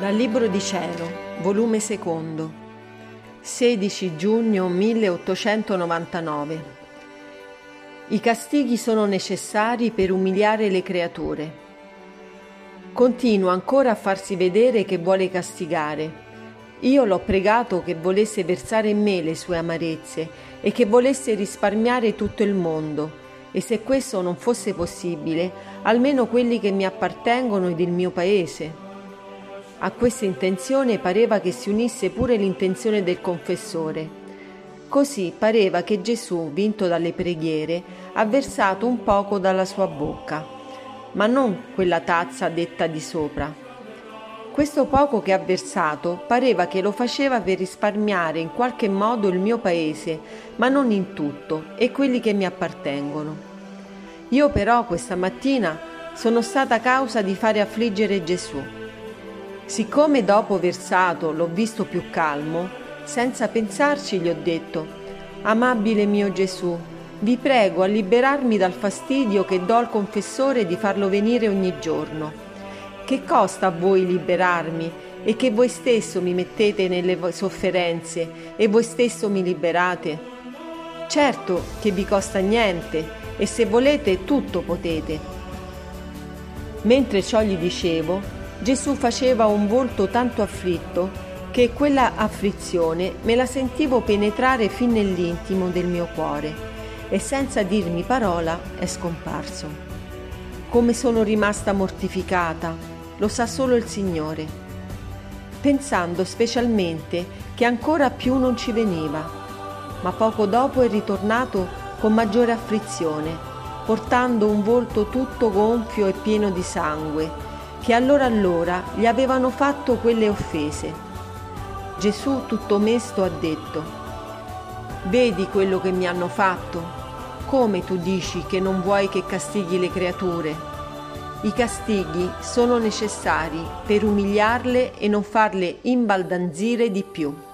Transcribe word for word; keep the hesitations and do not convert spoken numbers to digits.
Dal Libro di Cielo, volume secondo, sedici giugno milleottocentonovantanove. I castighi sono necessari per umiliare le creature. Continua ancora a farsi vedere che vuole castigare. Io l'ho pregato che volesse versare in me le sue amarezze e che volesse risparmiare tutto il mondo, e se questo non fosse possibile, almeno quelli che mi appartengono ed il mio paese. A questa intenzione pareva che si unisse pure l'intenzione del confessore. Così pareva che Gesù, vinto dalle preghiere, ha versato un poco dalla sua bocca, ma non quella tazza detta di sopra. Questo poco che ha versato pareva che lo faceva per risparmiare in qualche modo il mio paese, ma non in tutto, e quelli che mi appartengono. Io però questa mattina sono stata causa di fare affliggere Gesù. Siccome dopo versato l'ho visto più calmo, senza pensarci gli ho detto: «Amabile mio Gesù, vi prego a liberarmi dal fastidio che do al confessore di farlo venire ogni giorno. Che costa a voi liberarmi e che voi stesso mi mettete nelle sofferenze e voi stesso mi liberate? Certo che vi costa niente e se volete tutto potete». Mentre ciò gli dicevo, Gesù faceva un volto tanto afflitto che quella afflizione me la sentivo penetrare fin nell'intimo del mio cuore e senza dirmi parola è scomparso. Come sono rimasta mortificata, lo sa solo il Signore, pensando specialmente che ancora più non ci veniva, ma poco dopo è ritornato con maggiore afflizione, portando un volto tutto gonfio e pieno di sangue, che allora allora gli avevano fatto quelle offese. Gesù tutto mesto ha detto: «Vedi quello che mi hanno fatto? Come tu dici che non vuoi che castighi le creature? I castighi sono necessari per umiliarle e non farle imbaldanzire di più».